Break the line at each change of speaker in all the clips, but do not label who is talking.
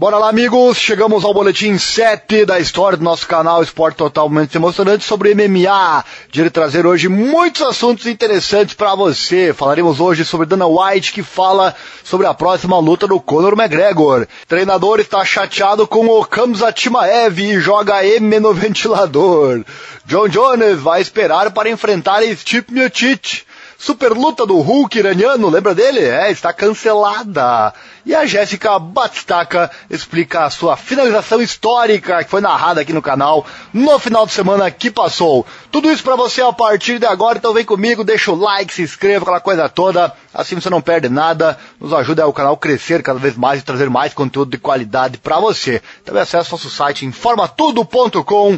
Bora lá, amigos, chegamos ao boletim 7 da história do nosso canal Esporte Totalmente Emocionante sobre MMA. De trazer hoje muitos assuntos interessantes para você. Falaremos hoje sobre Dana White, que fala sobre a próxima luta do Conor McGregor. Treinador está chateado com o Khamzat Chimaev e joga M no ventilador. John Jones vai esperar para enfrentar Stipe Miocic. Super luta do Hulk iraniano, lembra dele? Está cancelada. E a Jéssica Batistaca explica a sua finalização histórica que foi narrada aqui no canal no final de semana que passou. Tudo isso pra você a partir de agora, então vem comigo, deixa o like, se inscreva, aquela coisa toda, assim você não perde nada, nos ajuda o canal a crescer cada vez mais e trazer mais conteúdo de qualidade pra você. Também acesse nosso site informatudo.com.br.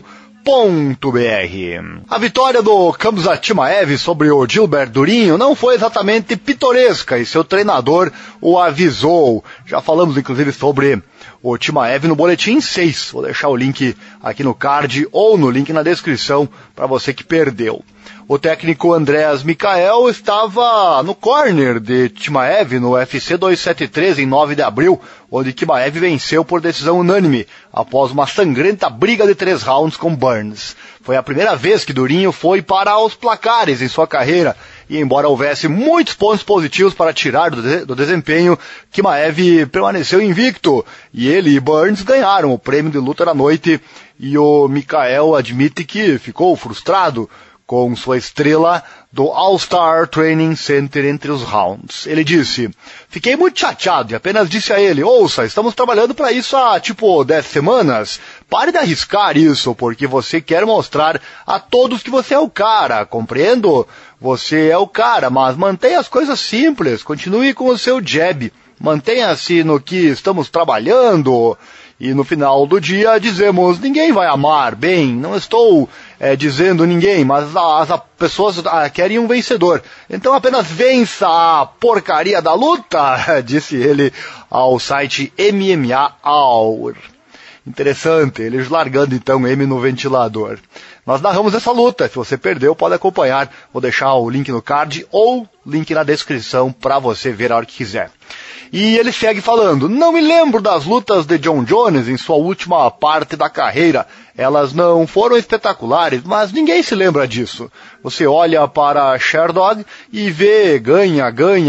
A vitória do Khamzat Chimaev sobre o Gilbert Durinho não foi exatamente pitoresca e seu treinador o avisou. Já falamos inclusive sobre o Chimaev no boletim 6. Vou deixar o link aqui no card ou no link na descrição para você que perdeu. O técnico Andreas Mikael estava no corner de Chimaev no UFC 273 em 9 de abril, onde Chimaev venceu por decisão unânime, após uma sangrenta briga de 3 rounds com Burns. Foi a primeira vez que Durinho foi para os placares em sua carreira, e embora houvesse muitos pontos positivos para tirar do desempenho, Chimaev permaneceu invicto, e ele e Burns ganharam o prêmio de luta da noite, e o Mikael admite que ficou frustrado com sua estrela do All-Star Training Center entre os rounds. Ele disse: fiquei muito chateado e apenas disse a ele: ouça, estamos trabalhando para isso há 10 semanas. Pare de arriscar isso, porque você quer mostrar a todos que você é o cara, compreendo? Você é o cara, mas mantenha as coisas simples, continue com o seu jab, mantenha-se no que estamos trabalhando. E no final do dia dizemos: ninguém vai amar, bem, não estou dizendo ninguém, mas as pessoas querem um vencedor. Então apenas vença a porcaria da luta, disse ele ao site MMA Hour. Interessante, eles largando então M no ventilador. Nós narramos essa luta, se você perdeu pode acompanhar, vou deixar o link no card ou link na descrição para você ver a hora que quiser. E ele segue falando: não me lembro das lutas de John Jones em sua última parte da carreira. Elas não foram espetaculares, mas ninguém se lembra disso. Você olha para Sherdog e vê ganha.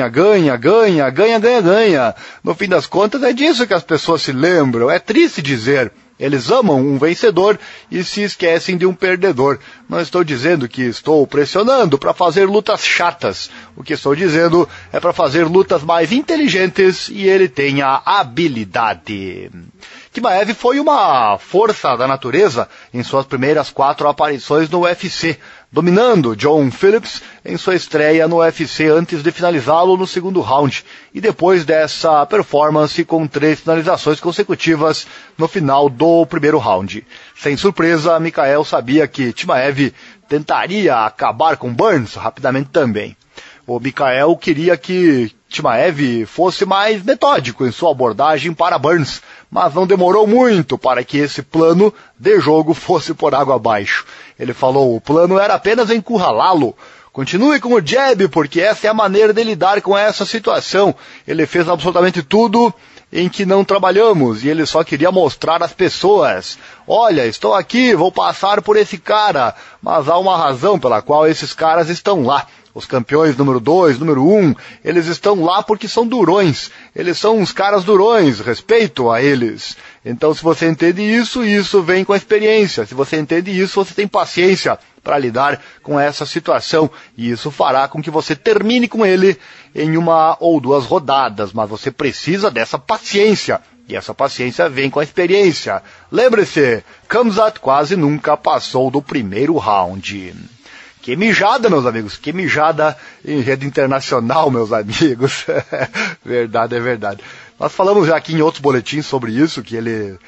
No fim das contas é disso que as pessoas se lembram. É triste dizer. Eles amam um vencedor e se esquecem de um perdedor. Não estou dizendo que estou pressionando para fazer lutas chatas. O que estou dizendo é para fazer lutas mais inteligentes e ele tem a habilidade. Chimaev foi uma força da natureza em suas primeiras 4 aparições no UFC, dominando John Phillips em sua estreia no UFC antes de finalizá-lo no segundo round, e depois dessa performance com 3 finalizações consecutivas no final do primeiro round. Sem surpresa, Mikael sabia que Chimaev tentaria acabar com Burns rapidamente também. O Mikael queria que Chimaev fosse mais metódico em sua abordagem para Burns, mas não demorou muito para que esse plano de jogo fosse por água abaixo. Ele falou: o plano era apenas encurralá-lo. Continue com o jab, porque essa é a maneira de lidar com essa situação. Ele fez absolutamente tudo em que não trabalhamos, e ele só queria mostrar às pessoas: olha, estou aqui, vou passar por esse cara, mas há uma razão pela qual esses caras estão lá. Os campeões número 2, número 1, eles estão lá porque são durões. Eles são uns caras durões, respeito a eles. Então se você entende isso, isso vem com a experiência. Se você entende isso, você tem paciência para lidar com essa situação. E isso fará com que você termine com ele em 1 ou 2 rodadas. Mas você precisa dessa paciência. E essa paciência vem com a experiência. Lembre-se, Khamzat quase nunca passou do primeiro round. Que mijada, meus amigos, que mijada em rede internacional, meus amigos. Verdade, é verdade. Nós falamos já aqui em outros boletins sobre isso, que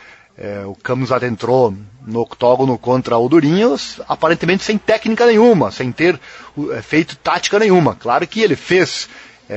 o Khamzat entrou no octógono contra o Durinho, aparentemente sem técnica nenhuma, sem ter feito tática nenhuma. Claro que ele fez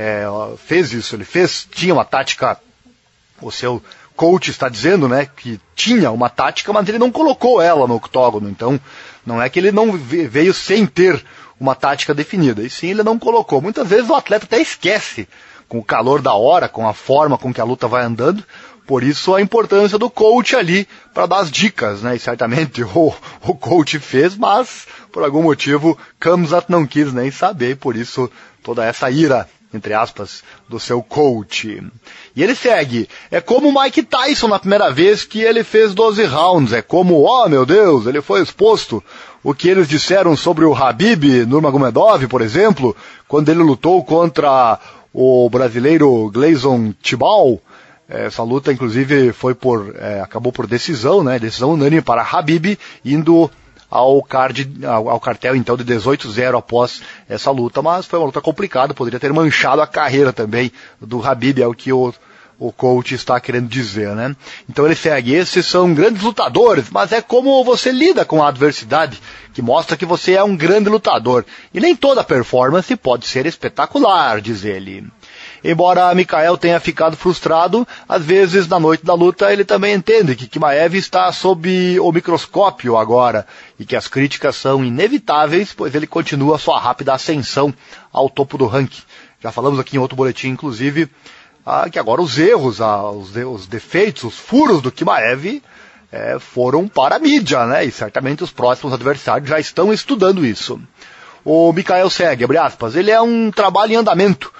isso, tinha uma tática, o seu coach está dizendo, né, que tinha uma tática, mas ele não colocou ela no octógono, então não é que ele não veio sem ter uma tática definida, e sim ele não colocou. Muitas vezes o atleta até esquece, com o calor da hora, com a forma com que a luta vai andando, Por isso a importância do coach ali para dar as dicas, né? E certamente o coach fez, mas por algum motivo Khamzat não quis nem saber, por isso toda essa ira, entre aspas, do seu coach. E ele segue, é como o Mike Tyson na primeira vez que ele fez 12 rounds, é como, oh meu Deus, ele foi exposto. O que eles disseram sobre o Khabib Nurmagomedov, por exemplo, quando ele lutou contra o brasileiro Gleison Tibau. Essa luta, inclusive, acabou por decisão, né? Decisão unânime para Khabib, indo ao cartel, então, de 18-0 após essa luta. Mas foi uma luta complicada, poderia ter manchado a carreira também do Khabib, é o que o coach está querendo dizer, né? Então ele segue, esses são grandes lutadores, mas é como você lida com a adversidade, que mostra que você é um grande lutador. E nem toda performance pode ser espetacular, diz ele. Embora Mikael tenha ficado frustrado, às vezes na noite da luta ele também entende que Chimaev está sob o microscópio agora e que as críticas são inevitáveis, pois ele continua sua rápida ascensão ao topo do ranking. Já falamos aqui em outro boletim, inclusive, que agora os erros, os defeitos, os furos do Chimaev foram para a mídia, né? E certamente os próximos adversários já estão estudando isso. O Mikael segue, abre aspas, ele é um trabalho em andamento.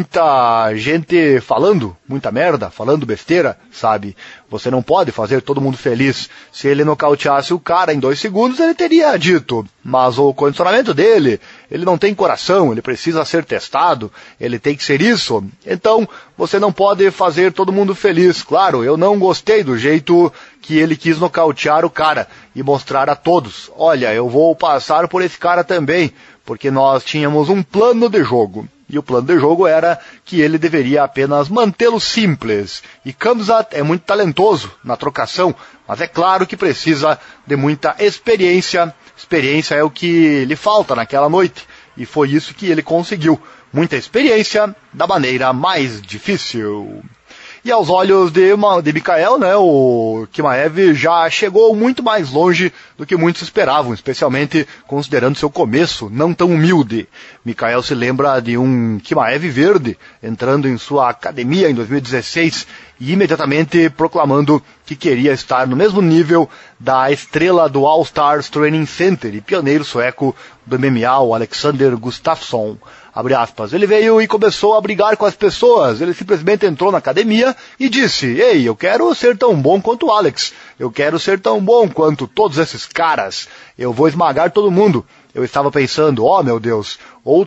Muita gente falando, muita merda, falando besteira, sabe? Você não pode fazer todo mundo feliz. Se ele nocauteasse o cara em 2 segundos, ele teria dito. Mas o condicionamento dele, ele não tem coração, ele precisa ser testado, ele tem que ser isso. Então, você não pode fazer todo mundo feliz. Claro, eu não gostei do jeito que ele quis nocautear o cara e mostrar a todos. Olha, eu vou passar por esse cara também, porque nós tínhamos um plano de jogo. E o plano de jogo era que ele deveria apenas mantê-lo simples. E Khamzat é muito talentoso na trocação, mas é claro que precisa de muita experiência. Experiência é o que lhe falta naquela noite. E foi isso que ele conseguiu. Muita experiência da maneira mais difícil. E aos olhos de Mikael, né, o Chimaev já chegou muito mais longe do que muitos esperavam, especialmente considerando seu começo não tão humilde. Mikael se lembra de um Chimaev verde entrando em sua academia em 2016 e imediatamente proclamando que queria estar no mesmo nível da estrela do All Stars Training Center e pioneiro sueco do MMA, o Alexander Gustafsson. Abre aspas, ele veio e começou a brigar com as pessoas, ele simplesmente entrou na academia e disse, ei, eu quero ser tão bom quanto o Alex, eu quero ser tão bom quanto todos esses caras, eu vou esmagar todo mundo. Eu estava pensando, oh meu Deus,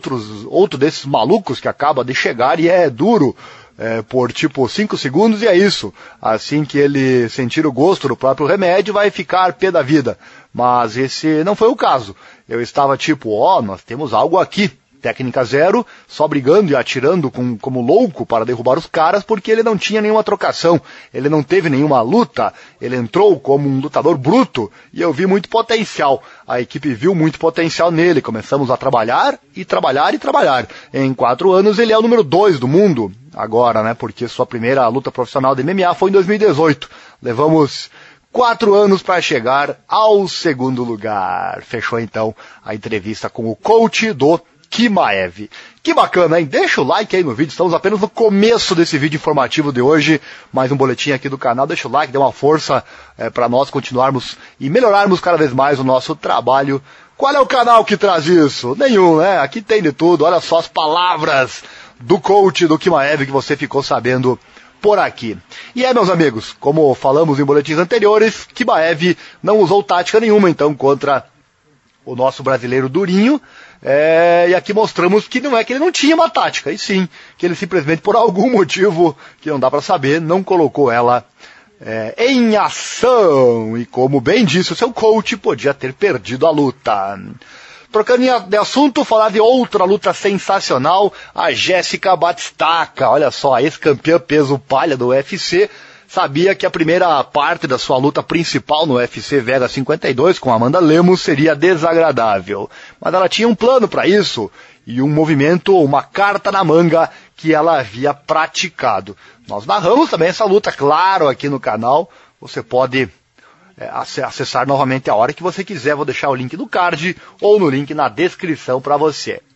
outro desses malucos que acaba de chegar e é duro, por tipo 5 segundos e é isso. Assim que ele sentir o gosto do próprio remédio, vai ficar pé da vida. Mas esse não foi o caso. Eu estava tipo, nós temos algo aqui. Técnica zero, só brigando e atirando como louco para derrubar os caras, porque ele não tinha nenhuma trocação, ele não teve nenhuma luta, ele entrou como um lutador bruto, e eu vi muito potencial. A equipe viu muito potencial nele, começamos a trabalhar, e trabalhar, e trabalhar. Em 4 anos ele é o número 2 do mundo, agora, né, porque sua primeira luta profissional de MMA foi em 2018. Levamos 4 anos para chegar ao 2º lugar. Fechou então a entrevista com o coach do Chimaev. Que bacana, hein? Deixa o like aí no vídeo, estamos apenas no começo desse vídeo informativo de hoje, mais um boletim aqui do canal, deixa o like, dê uma força para nós continuarmos e melhorarmos cada vez mais o nosso trabalho. Qual é o canal que traz isso? Nenhum, né? Aqui tem de tudo, olha só as palavras do coach do Chimaev que você ficou sabendo por aqui. E meus amigos, como falamos em boletins anteriores, Chimaev não usou tática nenhuma então contra o nosso brasileiro Durinho. E aqui mostramos que não é que ele não tinha uma tática, e sim, que ele simplesmente, por algum motivo que não dá para saber, não colocou ela em ação. E como bem disse o seu coach, podia ter perdido a luta. Trocando de assunto, falar de outra luta sensacional, a Jéssica Batistaca. Olha só, a ex-campeã peso palha do UFC, sabia que a primeira parte da sua luta principal no UFC Vega 52 com Amanda Lemos seria desagradável. Mas ela tinha um plano para isso e um movimento, uma carta na manga que ela havia praticado. Nós narramos também essa luta, claro, aqui no canal. Você pode acessar novamente a hora que você quiser. Vou deixar o link no card ou no link na descrição para você.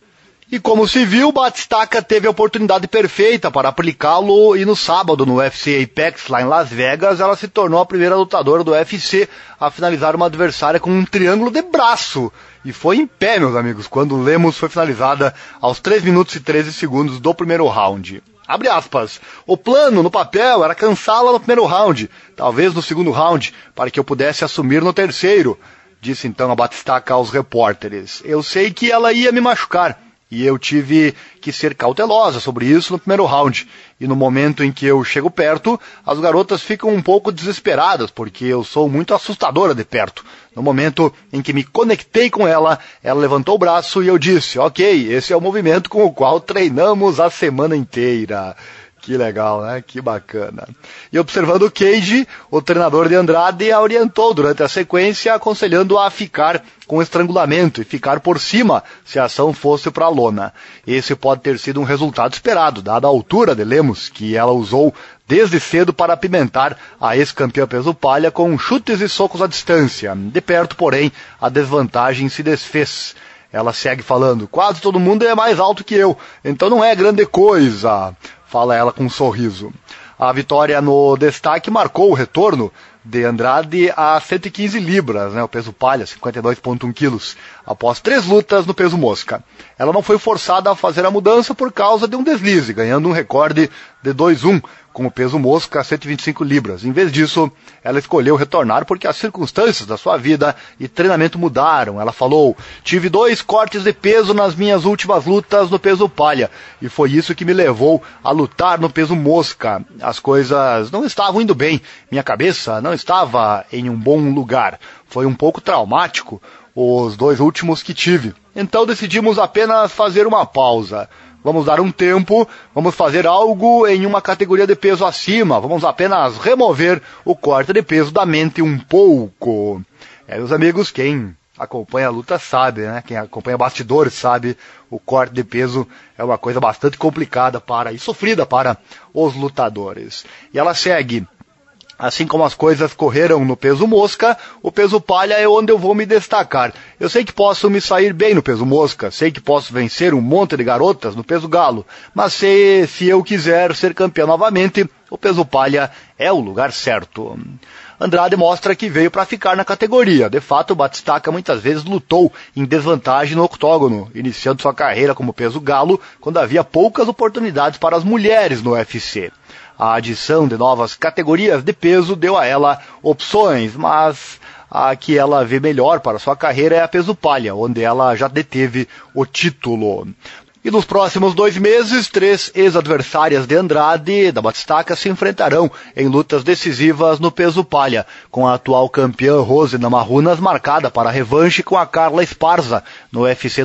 E como se viu, Batistaca teve a oportunidade perfeita para aplicá-lo e no sábado no UFC Apex, lá em Las Vegas, ela se tornou a primeira lutadora do UFC a finalizar uma adversária com um triângulo de braço. E foi em pé, meus amigos, quando Lemos foi finalizada aos 3 minutos e 13 segundos do primeiro round. Abre aspas, o plano no papel era cansá-la no primeiro round, talvez no segundo round, para que eu pudesse assumir no terceiro, disse então a Batistaca aos repórteres. Eu sei que ela ia me machucar. E eu tive que ser cautelosa sobre isso no primeiro round. E no momento em que eu chego perto, as garotas ficam um pouco desesperadas, porque eu sou muito assustadora de perto. No momento em que me conectei com ela, ela levantou o braço e eu disse, ok, esse é o movimento com o qual treinamos a semana inteira. Que legal, né? Que bacana. E observando o Cage, o treinador de Andrade a orientou durante a sequência, aconselhando-a a ficar com estrangulamento e ficar por cima se a ação fosse para a lona. Esse pode ter sido um resultado esperado, dada a altura de Lemos, que ela usou desde cedo para apimentar a ex-campeã peso palha com chutes e socos à distância. De perto, porém, a desvantagem se desfez. Ela segue falando, quase todo mundo é mais alto que eu, então não é grande coisa. Fala ela com um sorriso. A vitória no destaque marcou o retorno de Andrade a 115 libras, né, o peso palha, 52,1 quilos, após 3 lutas no peso mosca. Ela não foi forçada a fazer a mudança por causa de um deslize, ganhando um recorde de 2-1 com o peso mosca a 125 libras. Em vez disso, ela escolheu retornar porque as circunstâncias da sua vida e treinamento mudaram. Ela falou, tive 2 cortes de peso nas minhas últimas lutas no peso palha, e foi isso que me levou a lutar no peso mosca. As coisas não estavam indo bem, minha cabeça não estava em um bom lugar. Foi um pouco traumático os 2 últimos que tive. Então decidimos apenas fazer uma pausa. Vamos dar um tempo, vamos fazer algo em uma categoria de peso acima, vamos apenas remover o corte de peso da mente um pouco. Meus amigos, quem acompanha a luta sabe, né? Quem acompanha bastidores sabe, o corte de peso é uma coisa bastante complicada e sofrida para os lutadores. E ela segue. Assim como as coisas correram no peso mosca, o peso palha é onde eu vou me destacar. Eu sei que posso me sair bem no peso mosca, sei que posso vencer um monte de garotas no peso galo, mas se eu quiser ser campeão novamente, o peso palha é o lugar certo. Andrade mostra que veio para ficar na categoria. De fato, Batistaca muitas vezes lutou em desvantagem no octógono, iniciando sua carreira como peso galo, quando havia poucas oportunidades para as mulheres no UFC. A adição de novas categorias de peso deu a ela opções, mas a que ela vê melhor para sua carreira é a peso palha, onde ela já deteve o título. E nos próximos 2 meses, 3 ex-adversárias de Andrade, da Batistaca, se enfrentarão em lutas decisivas no peso palha, com a atual campeã Rose Namajunas marcada para a revanche com a Carla Esparza no UFC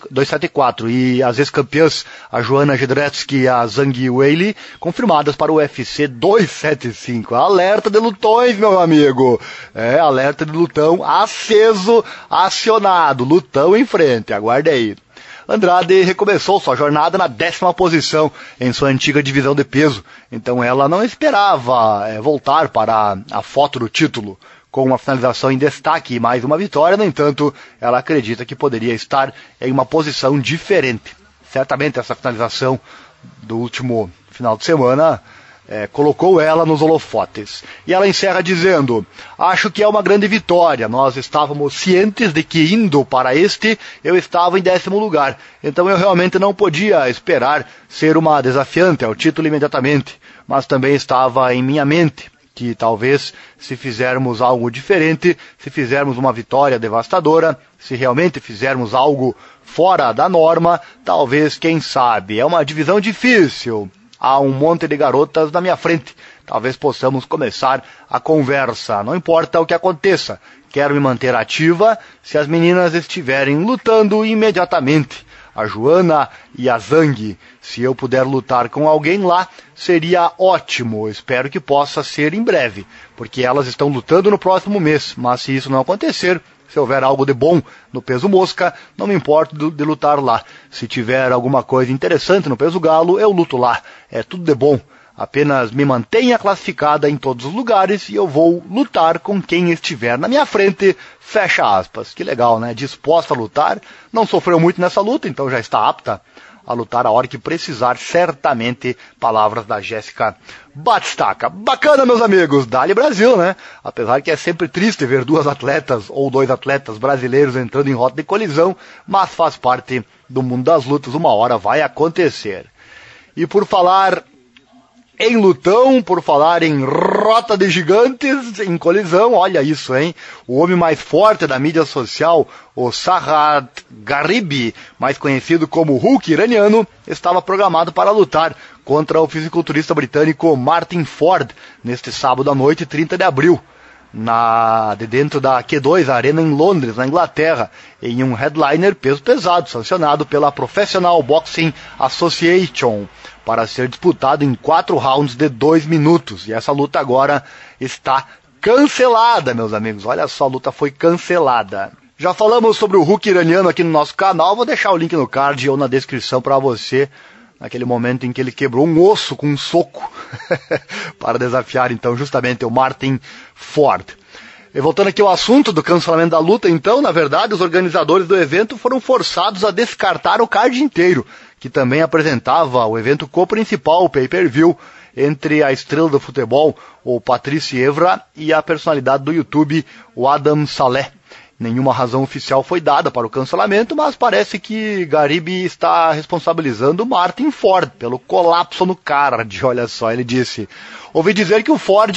274 e as ex-campeãs, a Joanna Jedrzejczyk e a Zhang Weili, confirmadas para o UFC 275. Alerta de lutões, meu amigo! Alerta de lutão aceso, acionado, lutão em frente, aguarde aí. Andrade recomeçou sua jornada na 10ª posição em sua antiga divisão de peso, então ela não esperava voltar para a foto do título. Com uma finalização em destaque e mais uma vitória, no entanto, ela acredita que poderia estar em uma posição diferente. Certamente essa finalização do último final de semana colocou ela nos holofotes. E ela encerra dizendo, acho que é uma grande vitória, nós estávamos cientes de que indo para eu estava em 10º lugar, então eu realmente não podia esperar ser uma desafiante ao título imediatamente, mas também estava em minha mente que talvez se fizermos algo diferente, se fizermos uma vitória devastadora, se realmente fizermos algo fora da norma, talvez, quem sabe, é uma divisão difícil. Há um monte de garotas na minha frente. Talvez possamos começar a conversa. Não importa o que aconteça. Quero me manter ativa se as meninas estiverem lutando imediatamente. A Joana e a Zhang. Se eu puder lutar com alguém lá, seria ótimo. Espero que possa ser em breve. Porque elas estão lutando no próximo mês. Mas se isso não acontecer, se houver algo de bom no peso mosca, não me importo de lutar lá. Se tiver alguma coisa interessante no peso galo, eu luto lá. É tudo de bom. Apenas me mantenha classificada em todos os lugares e eu vou lutar com quem estiver na minha frente, fecha aspas. Que legal, né? Disposta a lutar, não sofreu muito nessa luta, então já está apta a lutar a hora que precisar, certamente. Palavras da Jéssica Batistaca. Bacana, meus amigos, dá-lhe Brasil, né? Apesar que é sempre triste ver duas atletas ou dois atletas brasileiros entrando em rota de colisão, mas faz parte do mundo das lutas, uma hora vai acontecer. E por falar em lutão, por falar em rota de gigantes, em colisão, olha isso, hein? O homem mais forte da mídia social, o Sarhad Garibi, mais conhecido como Hulk iraniano, estava programado para lutar contra o fisiculturista britânico Martin Ford, neste sábado à noite, 30 de abril. Dentro da Q2 Arena em Londres, na Inglaterra, em um headliner peso pesado, sancionado pela Professional Boxing Association, para ser disputado em 4 rounds de 2 minutos. E essa luta agora está cancelada, meus amigos. Olha só, a luta foi cancelada. Já falamos sobre o Hulk iraniano aqui no nosso canal, vou deixar o link no card ou na descrição para você, naquele momento em que ele quebrou um osso com um soco, para desafiar então justamente o Martin Ford. E voltando aqui ao assunto do cancelamento da luta, então, na verdade, os organizadores do evento foram forçados a descartar o card inteiro, que também apresentava o evento co-principal, o pay-per-view, entre a estrela do futebol, o Patrice Evra, e a personalidade do YouTube, o Adam Saleh. Nenhuma razão oficial foi dada para o cancelamento, mas parece que Garibi está responsabilizando Martin Ford pelo colapso no card. Olha só, ele disse: ouvi dizer que o Ford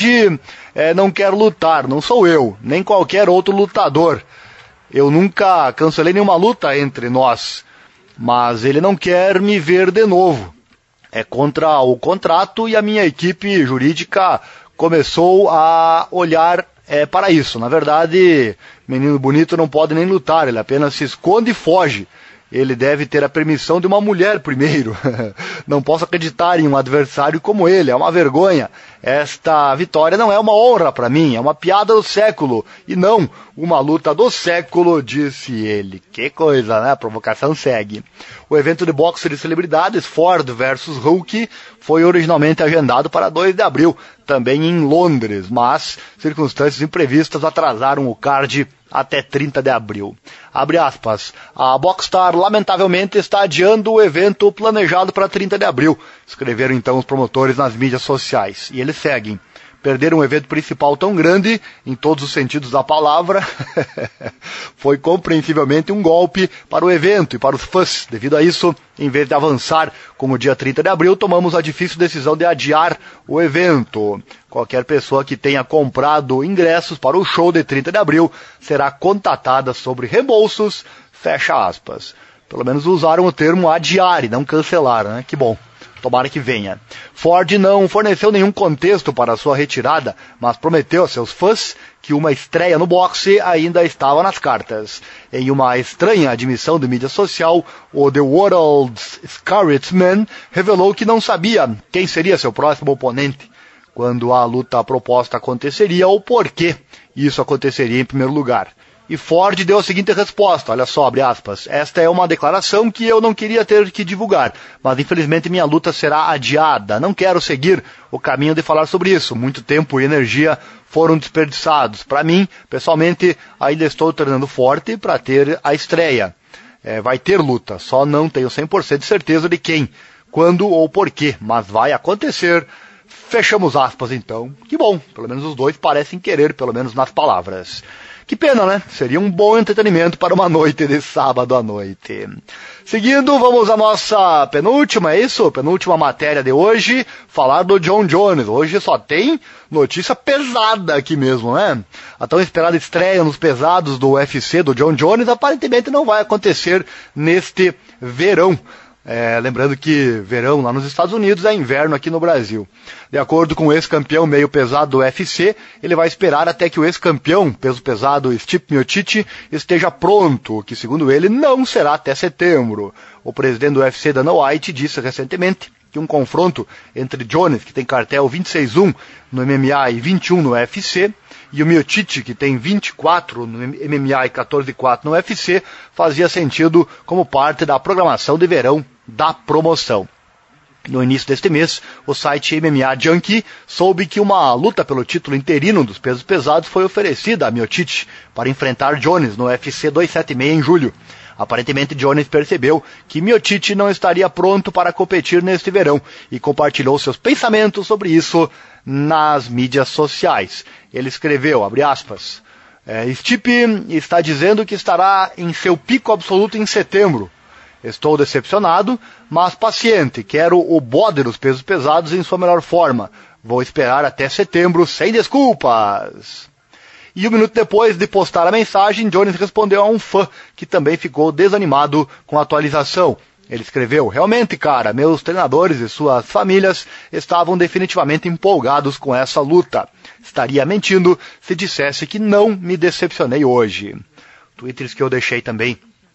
não quer lutar, não sou eu, nem qualquer outro lutador. Eu nunca cancelei nenhuma luta entre nós, mas ele não quer me ver de novo. É contra o contrato e a minha equipe jurídica começou a olhar para isso. Na verdade, menino bonito não pode nem lutar, ele apenas se esconde e foge. Ele deve ter a permissão de uma mulher primeiro. Não posso acreditar em um adversário como ele, é uma vergonha. Esta vitória não é uma honra para mim, é uma piada do século. E não uma luta do século, disse ele. Que coisa, né? A provocação segue. O evento de boxe de celebridades, Ford versus Hulk, foi originalmente agendado para 2 de abril, também em Londres, mas circunstâncias imprevistas atrasaram o card até 30 de abril. Abre aspas. A Boxstar lamentavelmente está adiando o evento planejado para 30 de abril, escreveram então os promotores nas mídias sociais. E eles seguem. Perder um evento principal tão grande, em todos os sentidos da palavra, foi compreensivelmente um golpe para o evento e para os fãs. Devido a isso, em vez de avançar com o dia 30 de abril, tomamos a difícil decisão de adiar o evento. Qualquer pessoa que tenha comprado ingressos para o show de 30 de abril será contatada sobre reembolsos, fecha aspas. Pelo menos usaram o termo adiar e não cancelaram, né? Que bom. Tomara que venha. Ford não forneceu nenhum contexto para sua retirada, mas prometeu a seus fãs que uma estreia no boxe ainda estava nas cartas. Em uma estranha admissão de mídia social, o The World's Scariest Man revelou que não sabia quem seria seu próximo oponente, quando a luta proposta aconteceria ou por que isso aconteceria em primeiro lugar. E Ford deu a seguinte resposta, olha só, abre aspas, esta é uma declaração que eu não queria ter que divulgar, mas infelizmente minha luta será adiada, não quero seguir o caminho de falar sobre isso, muito tempo e energia foram desperdiçados. Para mim, pessoalmente, ainda estou treinando forte para ter a estreia. Vai ter luta, só não tenho 100% de certeza de quem, quando ou porquê, mas vai acontecer. Fechamos aspas então, que bom, pelo menos os dois parecem querer, pelo menos nas palavras. Que pena, né? Seria um bom entretenimento para uma noite de sábado à noite. Seguindo, vamos à nossa penúltima, é isso? Penúltima matéria de hoje, falar do Jon Jones. Hoje só tem notícia pesada aqui mesmo, né? A tão esperada estreia nos pesados do UFC do Jon Jones aparentemente não vai acontecer neste verão. Lembrando que verão lá nos Estados Unidos é inverno aqui no Brasil. De acordo com o ex-campeão meio pesado do UFC, ele vai esperar até que o ex-campeão peso pesado Stipe Miocic esteja pronto, o que segundo ele não será até setembro. O presidente do UFC, Dana White, disse recentemente que um confronto entre Jones, que tem cartel 26-1 no MMA e 21 no UFC, e o Miocic, que tem 24 no MMA e 14-4 no UFC, fazia sentido como parte da programação de verão da promoção. No início deste mês, o site MMA Junkie soube que uma luta pelo título interino dos pesos pesados foi oferecida a Miocic para enfrentar Jones no UFC 276 em julho. Aparentemente, Jones percebeu que Miocic não estaria pronto para competir neste verão e compartilhou seus pensamentos sobre isso nas mídias sociais. Ele escreveu, abre aspas, Stipe está dizendo que estará em seu pico absoluto em setembro. Estou decepcionado, mas paciente. Quero o bode dos pesos pesados em sua melhor forma. Vou esperar até setembro sem desculpas. E um minuto depois de postar a mensagem, Jones respondeu a um fã que também ficou desanimado com a atualização. Ele escreveu, realmente, cara, meus treinadores e suas famílias estavam definitivamente empolgados com essa luta. Estaria mentindo se dissesse que não me decepcionei hoje. Twitters que eu deixei também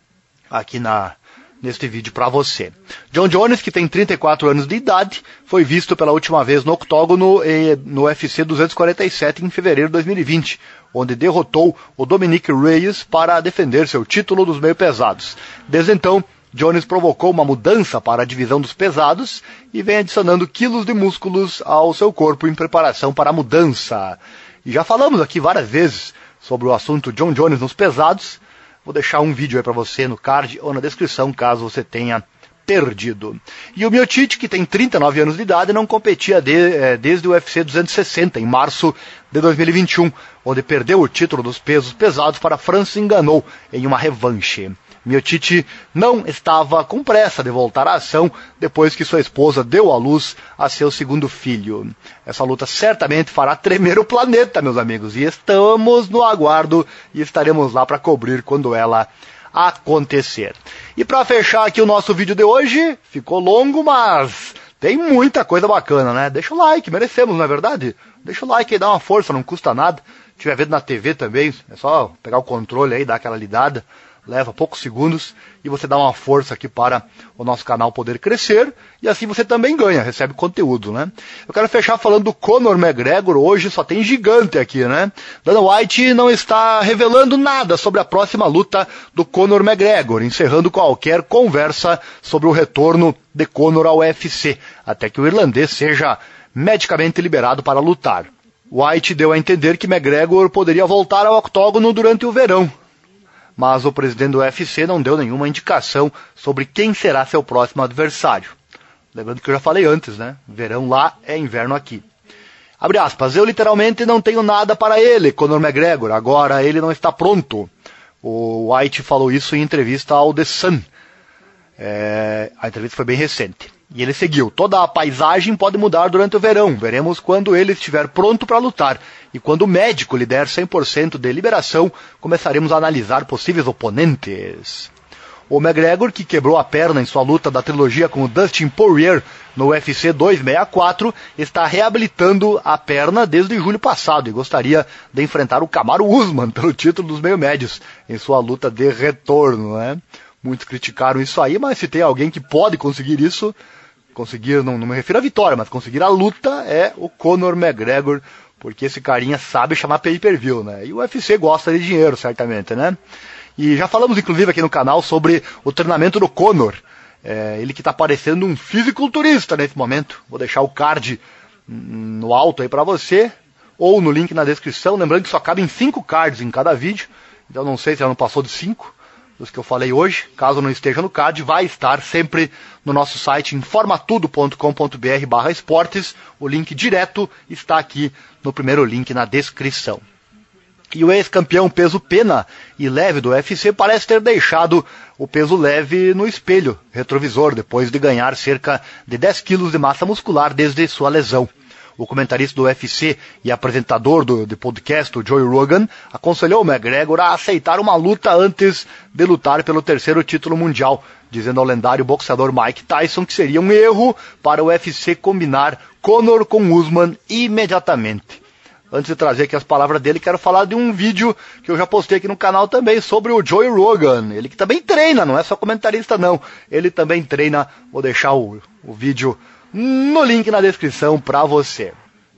aqui neste vídeo para você. John Jones, que tem 34 anos de idade, foi visto pela última vez no octógono no UFC 247 em fevereiro de 2020, onde derrotou o Dominic Reyes para defender seu título dos meio pesados. Desde então, Jones provocou uma mudança para a divisão dos pesados e vem adicionando quilos de músculos ao seu corpo em preparação para a mudança. E já falamos aqui várias vezes sobre o assunto John Jones nos pesados. Vou deixar um vídeo aí para você no card ou na descrição, caso você tenha perdido. E o Miocic, que tem 39 anos de idade, não competia desde o UFC 260, em março de 2021, onde perdeu o título dos pesos pesados para Francis Ngannou em uma revanche. Miocic não estava com pressa de voltar à ação depois que sua esposa deu à luz a seu segundo filho. Essa luta certamente fará tremer o planeta, meus amigos, e estamos no aguardo e estaremos lá para cobrir quando ela acontecer. E para fechar aqui o nosso vídeo de hoje, ficou longo, mas tem muita coisa bacana, né? Deixa o like, merecemos, não é verdade? Deixa o like aí, dá uma força, não custa nada. Se tiver vendo na TV também, é só pegar o controle aí, dar aquela lidada. Leva poucos segundos e você dá uma força aqui para o nosso canal poder crescer e assim você também ganha, recebe conteúdo, né? Eu quero fechar falando do Conor McGregor. Hoje só tem gigante aqui, né? Dana White não está revelando nada sobre a próxima luta do Conor McGregor, encerrando qualquer conversa sobre o retorno de Conor ao UFC, até que o irlandês seja medicamente liberado para lutar. White deu a entender que McGregor poderia voltar ao octógono durante o verão, mas o presidente do UFC não deu nenhuma indicação sobre quem será seu próximo adversário. Lembrando que eu já falei antes, né? Verão lá é inverno aqui. Abre aspas, eu literalmente não tenho nada para ele, Conor McGregor, agora ele não está pronto. O White falou isso em entrevista ao The Sun. A entrevista foi bem recente. E ele seguiu, toda a paisagem pode mudar durante o verão, veremos quando ele estiver pronto para lutar. E quando o médico lhe der 100% de liberação, começaremos a analisar possíveis oponentes. O McGregor, que quebrou a perna em sua luta da trilogia com o Dustin Poirier no UFC 264, está reabilitando a perna desde julho passado e gostaria de enfrentar o Kamaru Usman pelo título dos meio-médios em sua luta de retorno, né? Muitos criticaram isso aí, mas se tem alguém que pode conseguir isso, não me refiro à vitória, mas conseguir a luta, é o Conor McGregor, porque esse carinha sabe chamar pay-per-view, né? E o UFC gosta de dinheiro, certamente, né? E já falamos, inclusive, aqui no canal sobre o treinamento do Conor. Ele que está parecendo um fisiculturista nesse momento. Vou deixar o card no alto aí para você, ou no link na descrição. Lembrando que só cabem 5 cards em cada vídeo, então não sei se já não passou de 5. Dos que eu falei hoje, caso não esteja no card, vai estar sempre no nosso site informatudo.com.br/esportes. O link direto está aqui no primeiro link na descrição. E o ex-campeão peso pena e leve do UFC parece ter deixado o peso leve no espelho retrovisor, depois de ganhar cerca de 10 quilos de massa muscular desde sua lesão. O comentarista do UFC e apresentador do podcast, o Joe Rogan, aconselhou o McGregor a aceitar uma luta antes de lutar pelo 3º título mundial, dizendo ao lendário boxeador Mike Tyson que seria um erro para o UFC combinar Conor com Usman imediatamente. Antes de trazer aqui as palavras dele, quero falar de um vídeo que eu já postei aqui no canal também sobre o Joe Rogan. Ele que também treina, não é só comentarista não. Ele também treina, vou deixar o vídeo no link na descrição para você.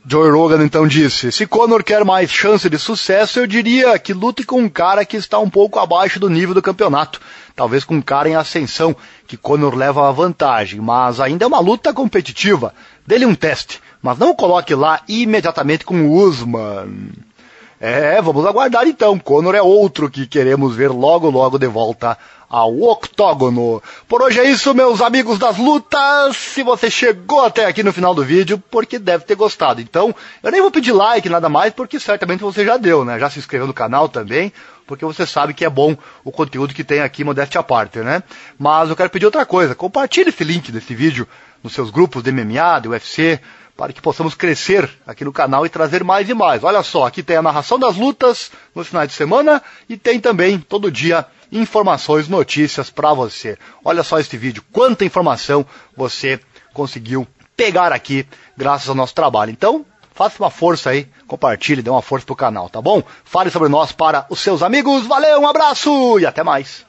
Joe Rogan então disse: se Conor quer mais chance de sucesso, eu diria que lute com um cara que está um pouco abaixo do nível do campeonato. Talvez com um cara em ascensão, que Conor leva a vantagem, mas ainda é uma luta competitiva. Dê-lhe um teste, mas não o coloque lá imediatamente com o Usman. Vamos aguardar então. Conor é outro que queremos ver logo logo de volta ao octógono. Por hoje é isso, meus amigos das lutas. Se você chegou até aqui no final do vídeo, porque deve ter gostado. Então, eu nem vou pedir like, nada mais, porque certamente você já deu, né? Já se inscreveu no canal também, porque você sabe que é bom o conteúdo que tem aqui, modéstia à parte, né? Mas eu quero pedir outra coisa. Compartilhe esse link desse vídeo nos seus grupos de MMA, de UFC, para que possamos crescer aqui no canal e trazer mais e mais. Olha só, aqui tem a narração das lutas nos finais de semana e tem também, todo dia, informações, notícias para você. Olha só este vídeo, quanta informação você conseguiu pegar aqui graças ao nosso trabalho. Então, faça uma força aí, compartilhe, dê uma força pro canal, tá bom? Fale sobre nós para os seus amigos. Valeu, um abraço e até mais.